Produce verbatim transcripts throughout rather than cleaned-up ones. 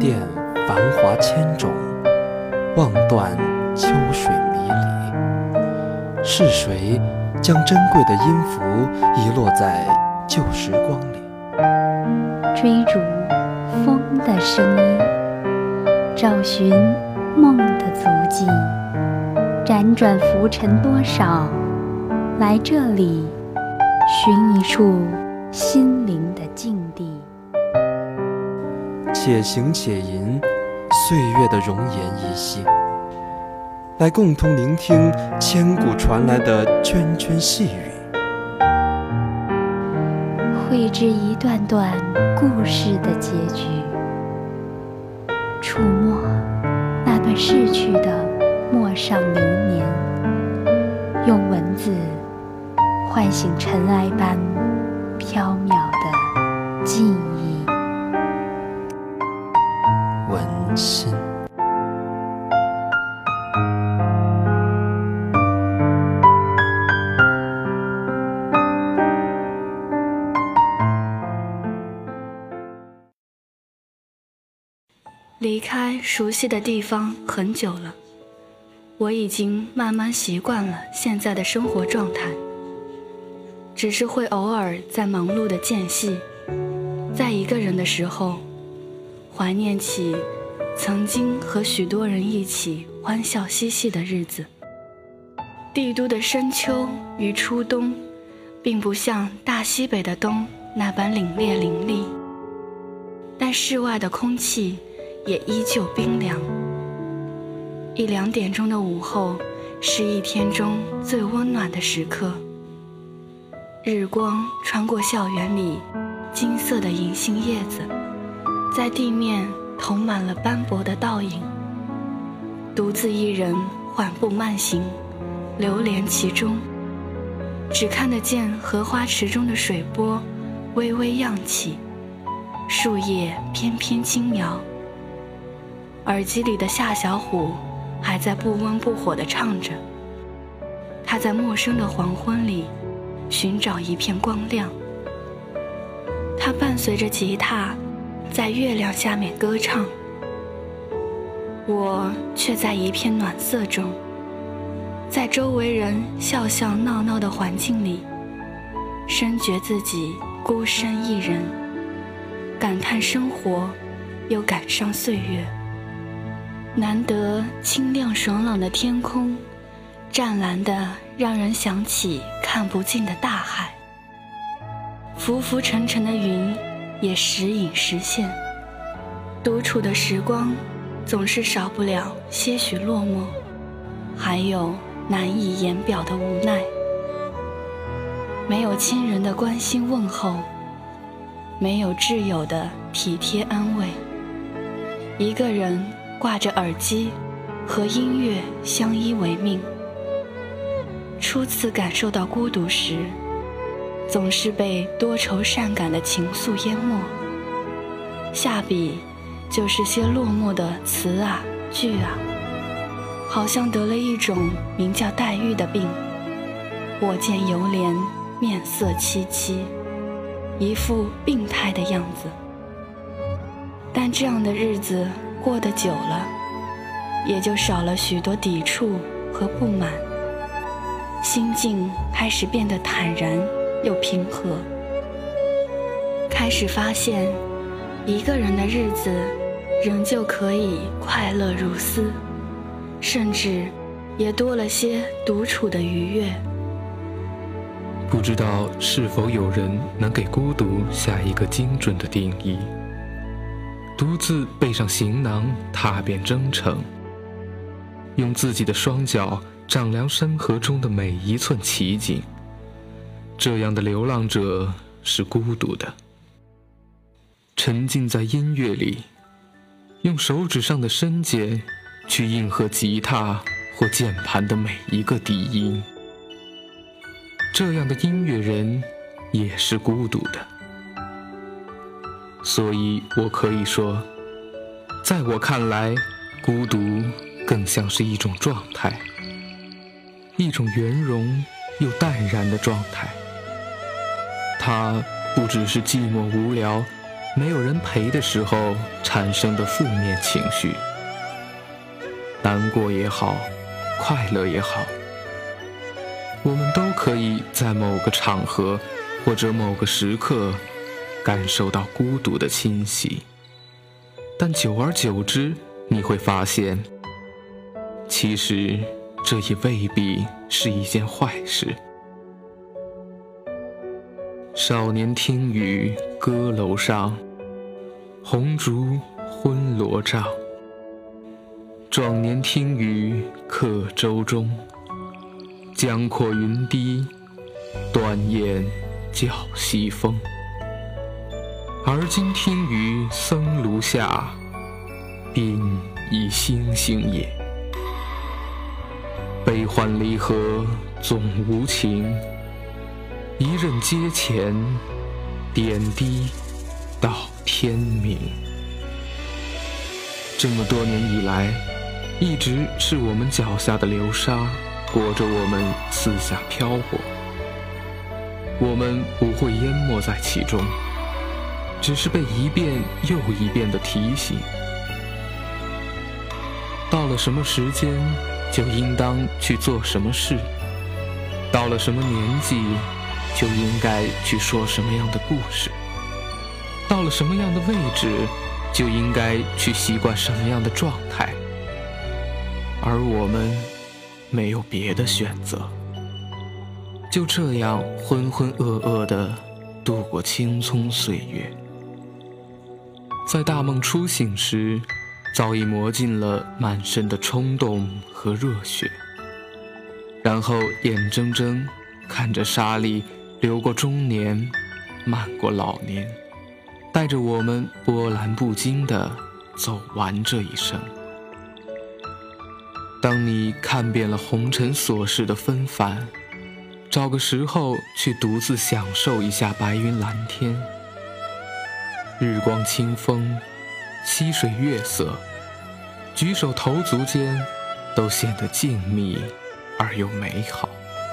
殿繁华千种，望断秋水迷离。是谁将珍贵的音符遗落在旧时光里？ 追逐风的声音，找寻梦的足迹，辗转浮沉多少，来这里寻一处心灵的静地。 且行且吟，岁月的容颜依稀，来共同聆听千古传来的涓涓细语， 绘制一段段故事的结局，触摸那段逝去的陌上流年，用文字唤醒尘埃般缥缈的记忆。 文心。 离开熟悉的地方很久了，我已经慢慢习惯了现在的生活状态，只是会偶尔在忙碌的间隙，在一个人的时候，怀念起曾经和许多人一起欢笑嬉戏的日子。帝都的深秋与初冬，并不像大西北的冬那般凛冽凌厉，但室外的空气也依旧冰凉。一两点钟的午后，是一天中最温暖的时刻。日光穿过校园里金色的银杏叶子，在地面投满了斑驳的倒影。独自一人缓步慢行，流连其中，只看得见荷花池中的水波微微漾起，树叶翩翩轻摇。耳机里的夏小虎还在不温不火地唱着，他在陌生的黄昏里寻找一片光亮。他伴随着吉他在月亮下面歌唱，我却在一片暖色中，在周围人笑笑闹闹的环境里，深觉自己孤身一人，感叹生活，又赶上岁月。难得清亮爽朗的天空，湛蓝的让人想起看不尽的大海。浮浮沉沉的云也时隐时现。独处的时光总是少不了些许落寞，还有难以言表的无奈。没有亲人的关心问候，没有挚友的体贴安慰，一个人挂着耳机和音乐相依为命。初次感受到孤独时，总是被多愁善感的情愫淹没，下笔就是些落寞的词啊句啊，好像得了一种名叫黛玉的病。我见犹怜面色凄凄，一副病态的样子。但这样的日子过得久了，也就少了许多抵触和不满，心境开始变得坦然又平和，开始发现一个人的日子仍旧可以快乐如斯，甚至也多了些独处的愉悦。 不知道是否有人能给孤独下一个精准的定义？独自背上行囊，踏遍征程，用自己的双脚丈量山河中的每一寸奇景。这样的流浪者是孤独的，沉浸在音乐里，用手指上的伸茧去应和吉他或键盘的每一个低音。这样的音乐人也是孤独的。所以我可以说，在我看来，孤独更像是一种状态，一种圆融又淡然的状态。它不只是寂寞无聊， 没有人陪的时候产生的负面情绪。难过也好，快乐也好，我们都可以在某个场合或者某个时刻感受到孤独的侵袭，但久而久之，你会发现，其实这也未必是一件坏事。少年听雨歌楼上，红烛昏罗帐。壮年听雨客舟中，江阔云低，断雁叫西风。而今听雨僧庐下，鬓已星星也。悲欢离合总无情，一任阶前，点滴到天明。这么多年以来，一直是我们脚下的流沙裹着我们四下漂泊，我们不会淹没在其中，只是被一遍又一遍的提醒，到了什么时间就应当去做什么事，到了什么年纪就应该去说什么样的故事，到了什么样的位置就应该去习惯什么样的状态。而我们没有别的选择，就这样浑浑噩噩地度过青葱岁月。在大梦初醒时，早已磨尽了满身的冲动和热血，然后眼睁睁看着沙砾流过中年，漫过老年，带着我们波澜不惊地走完这一生。当你看遍了红尘琐事的纷繁，找个时候去独自享受一下白云蓝天，日光清风，溪水月色，举手投足间都显得静谧而又美好。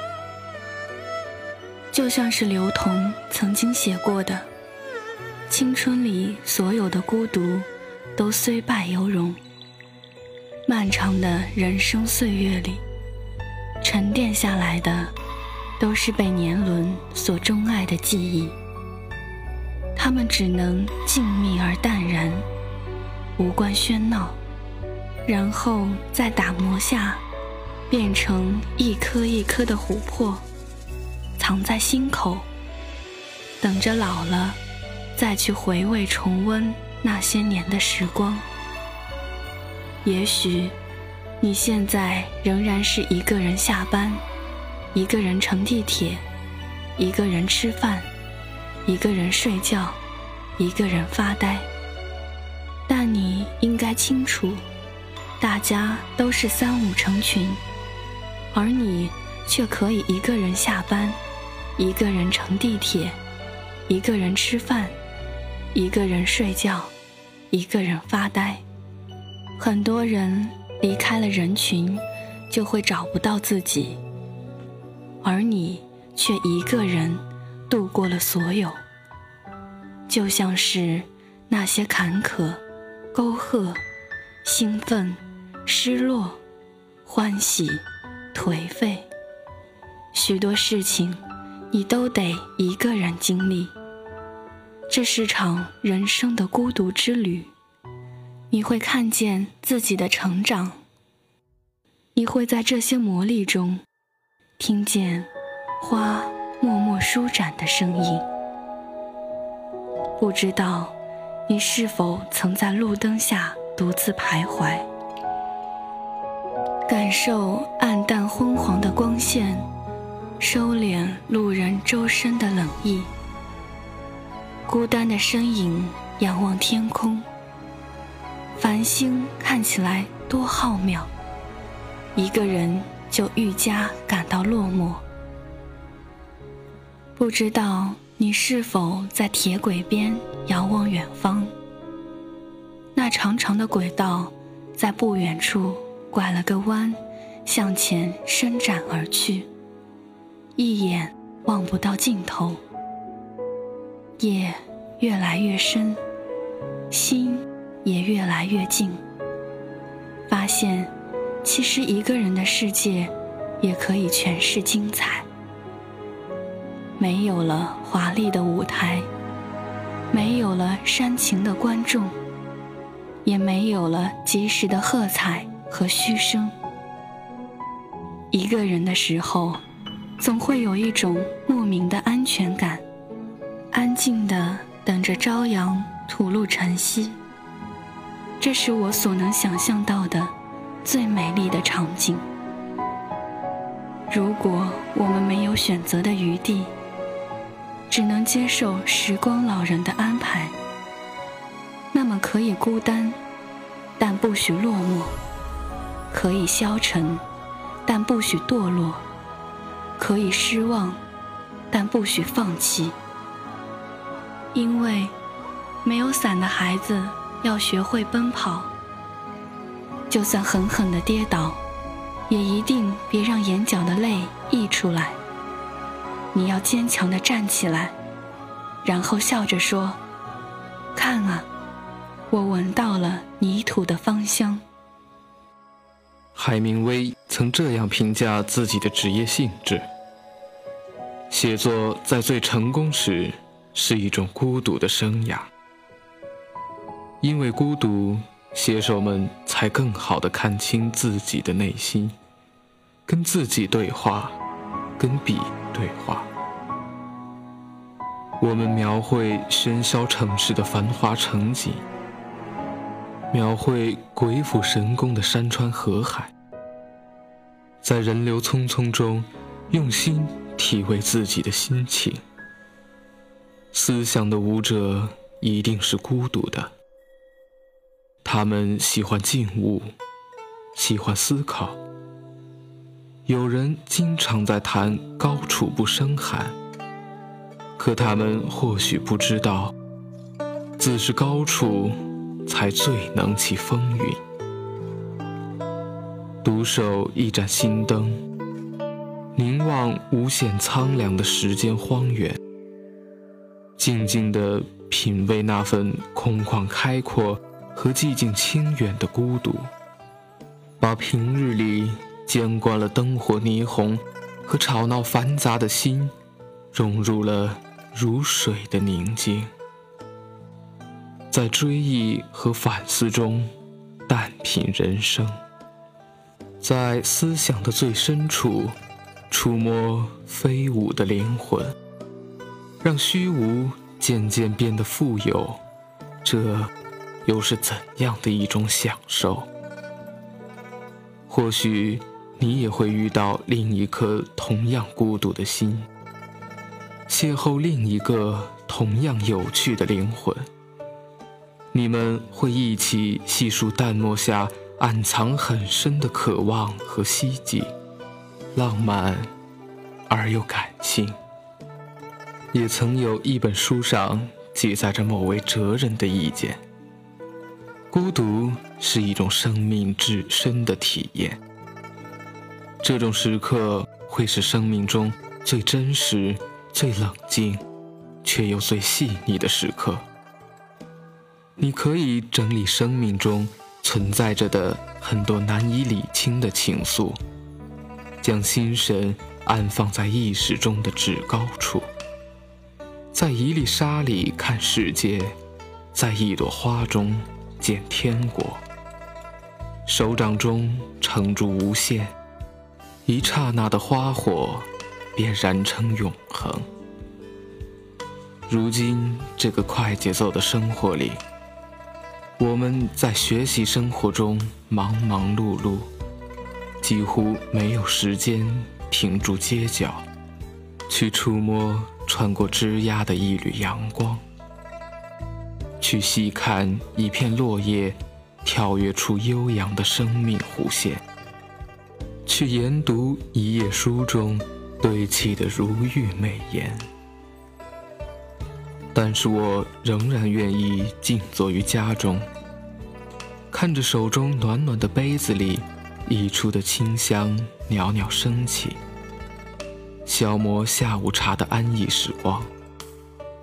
就像是刘同曾经写过的，青春里所有的孤独都虽败犹荣。漫长的人生岁月里，沉淀下来的都是被年轮所钟爱的记忆，它们只能静谧而淡然，无关喧闹，然后在打磨下变成一颗一颗的琥珀，藏在心口，等着老了再去回味重温那些年的时光。也许你现在仍然是一个人下班，一个人乘地铁，一个人吃饭，一个人睡觉，一个人发呆，但你应该清楚，大家都是三五成群，而你却可以一个人下班，一个人乘地铁，一个人吃饭，一个人睡觉，一个人发呆。很多人离开了人群，就会找不到自己，而你却一个人度过了所有。就像是那些坎坷、沟壑、兴奋、失落、欢喜、颓废，许多事情你都得一个人经历。这是场人生的孤独之旅，你会看见自己的成长，你会在这些磨砺中听见花默默舒展的声音。不知道你是否曾在路灯下独自徘徊，感受暗淡昏黄的光线收敛路人周身的冷意，孤单的身影仰望天空，繁星看起来多浩渺，一个人就愈加感到落寞。不知道你是否在铁轨边遥望远方，那长长的轨道在不远处拐了个弯，向前伸展而去，一眼望不到尽头。夜越来越深， 心也越来越静，发现其实一个人的世界也可以诠释精彩。没有了华丽的舞台，没有了煽情的观众，也没有了及时的喝彩和嘘声。一个人的时候，总会有一种莫名的安全感，安静地等着朝阳吐露晨曦。这是我所能想象到的最美丽的场景。如果我们没有选择的余地，只能接受时光老人的安排，那么可以孤单，但不许落寞；可以消沉，但不许堕落；可以失望，但不许放弃。因为没有伞的孩子要学会奔跑，就算狠狠地跌倒，也一定别让眼角的泪溢出来。你要坚强地站起来，然后笑着说：看啊，我闻到了泥土的芳香。 海明威曾这样评价自己的职业性质：写作在最成功时是一种孤独的生涯，因为孤独，写手们才更好地看清自己的内心，跟自己对话，跟笔对话。我们描绘喧嚣城市的繁华城景，描绘鬼斧神工的山川河海，在人流匆匆中用心体味自己的心情。思想的舞者一定是孤独的，他们喜欢静物，喜欢思考。有人经常在谈高处不胜寒，可他们或许不知道，自是高处才最能起风云。独守一盏心灯，凝望无限苍凉的时间荒原，静静地品味那份空旷开阔和寂静清远的孤独，把平日里见惯了灯火霓虹和吵闹繁杂的心融入了如水的宁静，在追忆和反思中淡品人生，在思想的最深处触摸飞舞的灵魂，让虚无渐渐变得富有，这又是怎样的一种享受？或许你也会遇到另一颗同样孤独的心，邂逅另一个同样有趣的灵魂，你们会一起细数淡漠下暗藏很深的渴望和希冀，浪漫而又感性。也曾有一本书上记载着某位哲人的意见：孤独是一种生命至深的体验，这种时刻会是生命中最真实、最冷静，却又最细腻的时刻。你可以整理生命中存在着的很多难以理清的情愫，将心神安放在意识中的至高处，在一粒沙里看世界，在一朵花中见天国，手掌中盛住无限，一刹那的花火便燃成永恒。如今这个快节奏的生活里，我们在学习生活中忙忙碌碌，几乎没有时间停住街角，去触摸穿过枝桠的一缕阳光，去细看一片落叶跳跃出悠扬的生命弧线，去研读一页书中堆砌的如玉美言。但是我仍然愿意静坐于家中，看着手中暖暖的杯子里溢出的清香袅袅升起，消磨下午茶的安逸时光。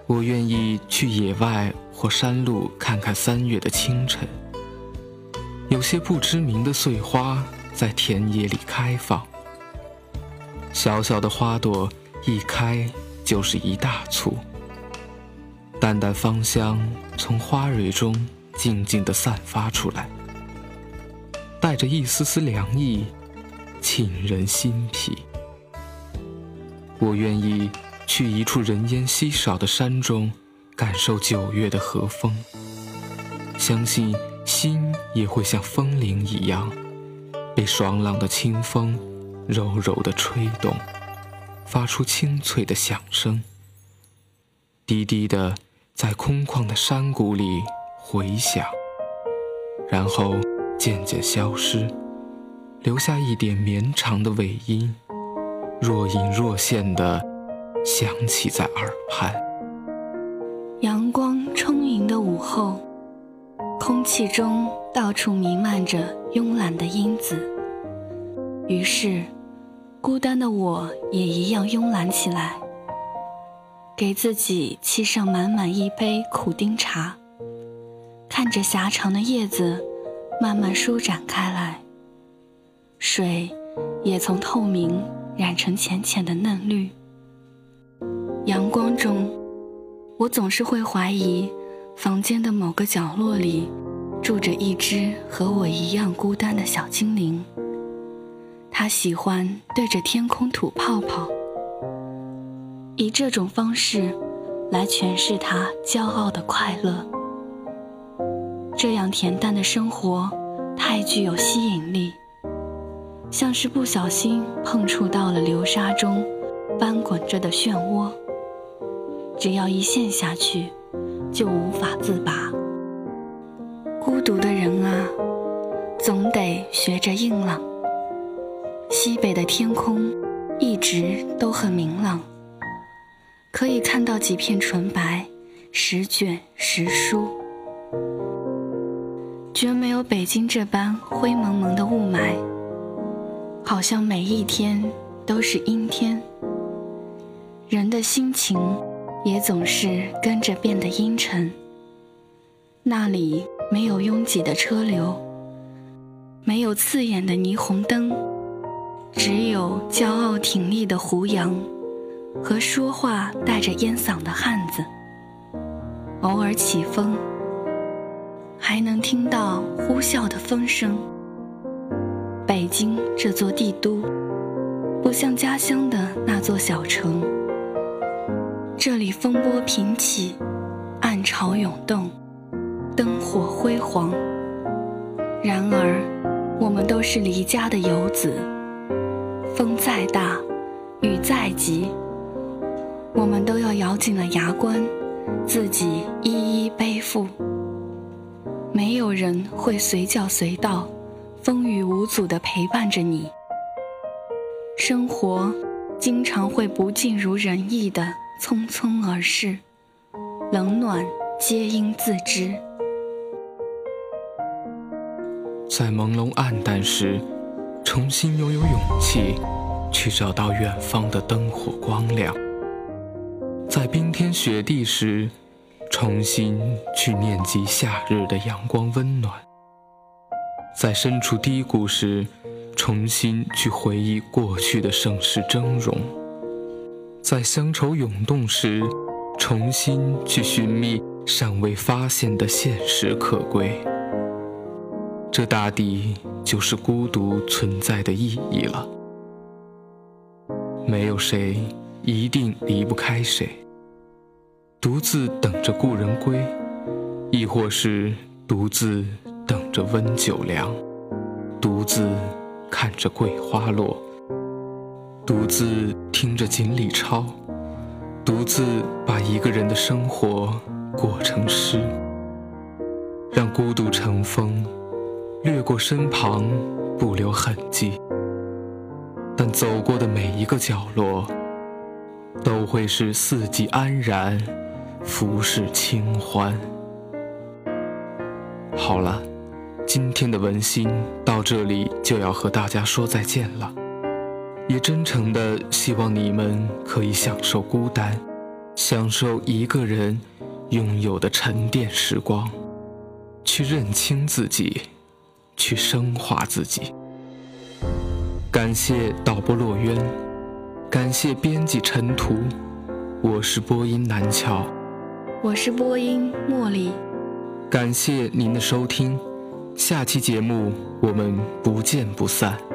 我愿意去野外或山路看看三月的清晨，有些不知名的碎花在田野里开放，小小的花朵一开就是一大簇，淡淡芳香从花蕊中静静地散发出来，带着一丝丝凉意，沁人心脾。我愿意去一处人烟稀少的山中，感受九月的和风，相信心也会像风铃一样，被爽朗的清风柔柔地吹动，发出清脆的响声，低低地在空旷的山谷里回响，然后渐渐消失，留下一点绵长的尾音，若隐若现地响起在耳畔。 阳光充盈的午后，空气中到处弥漫着慵懒的因子，于是孤单的我也一样慵懒起来，给自己沏上满满一杯苦丁茶，看着狭长的叶子慢慢舒展开来，水也从透明染成浅浅的嫩绿。阳光中，我总是会怀疑房间的某个角落里住着一只和我一样孤单的小精灵，它喜欢对着天空吐泡泡，以这种方式来诠释它骄傲的快乐。这样恬淡的生活太具有吸引力，像是不小心碰触到了流沙中翻滚着的漩涡，只要一陷下去就无法自拔。孤独的人啊，总得学着硬朗。西北的天空一直都很明朗，可以看到几片纯白，时卷时舒，绝没有北京这般灰蒙蒙的雾霾，好像每一天都是阴天。人的心情也总是跟着变得阴沉，那里没有拥挤的车流，没有刺眼的霓虹灯，只有骄傲挺立的胡杨和说话带着烟嗓的汉子。偶尔起风，还能听到呼啸的风声。北京这座帝都，不像家乡的那座小城，这里风波频起，暗潮涌动，灯火辉煌。然而我们都是离家的游子，风再大，雨再急，我们都要咬紧了牙关，自己一一背负。没有人会随叫随到，风雨无阻地陪伴着你。生活经常会不尽如人意地匆匆而逝，冷暖皆应自知。 在朦胧暗淡时，重新拥有勇气去找到远方的灯火光亮；在冰天雪地时，重新去念及夏日的阳光温暖；在身处低谷时，重新去回忆过去的盛世峥嵘；在乡愁涌动时，重新去寻觅尚未发现的现实可贵。这大抵就是孤独存在的意义了。没有谁一定离不开谁，独自等着故人归，亦或是独自等着温酒凉，独自看着桂花落，独自听着锦鲤抄，独自把一个人的生活过成诗，让孤独成风，掠过身旁，不留痕迹。但走过的每一个角落，都会是四季安然，浮世清欢。好了，今天的文心到这里就要和大家说再见了，也真诚的希望你们可以享受孤单， 享受一个人拥有的沉淀时光，去认清自己，去升华自己。感谢导播洛渊，感谢编辑陈图，我是播音南桥， 我是播音茉莉。 感谢您的收听，下期节目我们不见不散。